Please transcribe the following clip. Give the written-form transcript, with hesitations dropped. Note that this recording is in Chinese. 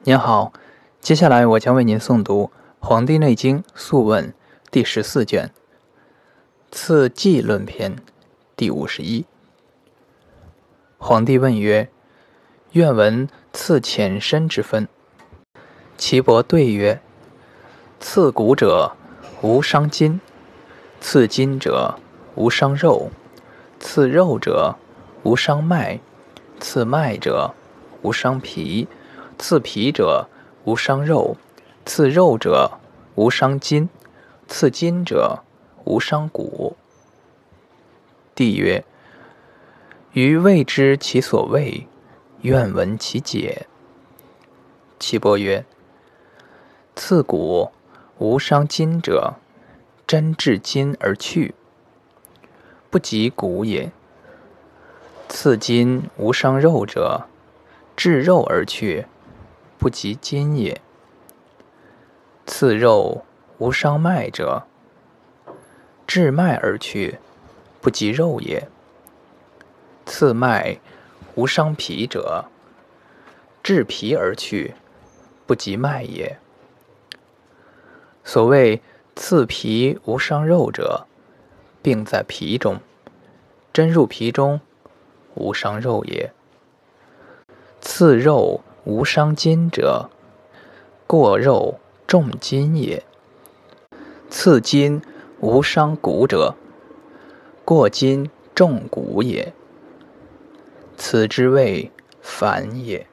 您好，接下来我将为您诵读《黄帝内经·素问》第14卷《次纪论篇》第51。黄帝问曰：愿闻次浅深之分。岐伯对曰：次骨者，无伤筋；次筋者，无伤肉；次肉者，无伤脉；次脉者，无伤皮；次皮者，无伤肉；次肉者，无伤筋；次筋者，无伤骨。帝曰：余未知其所谓，愿闻其解。岐伯曰：次骨无伤筋者，针至筋而去，不及骨也；次筋无伤肉者，至肉而去，不及筋也；次肉无伤脉者，至脉而去，不及肉也；次脉无伤皮者，至皮而去，不及脉也。所谓次皮无伤肉者，病在皮中，针入皮中，无伤肉也；次肉无伤筋者，过肉重筋也；次筋无伤骨者，过筋重骨也。此之谓烦也。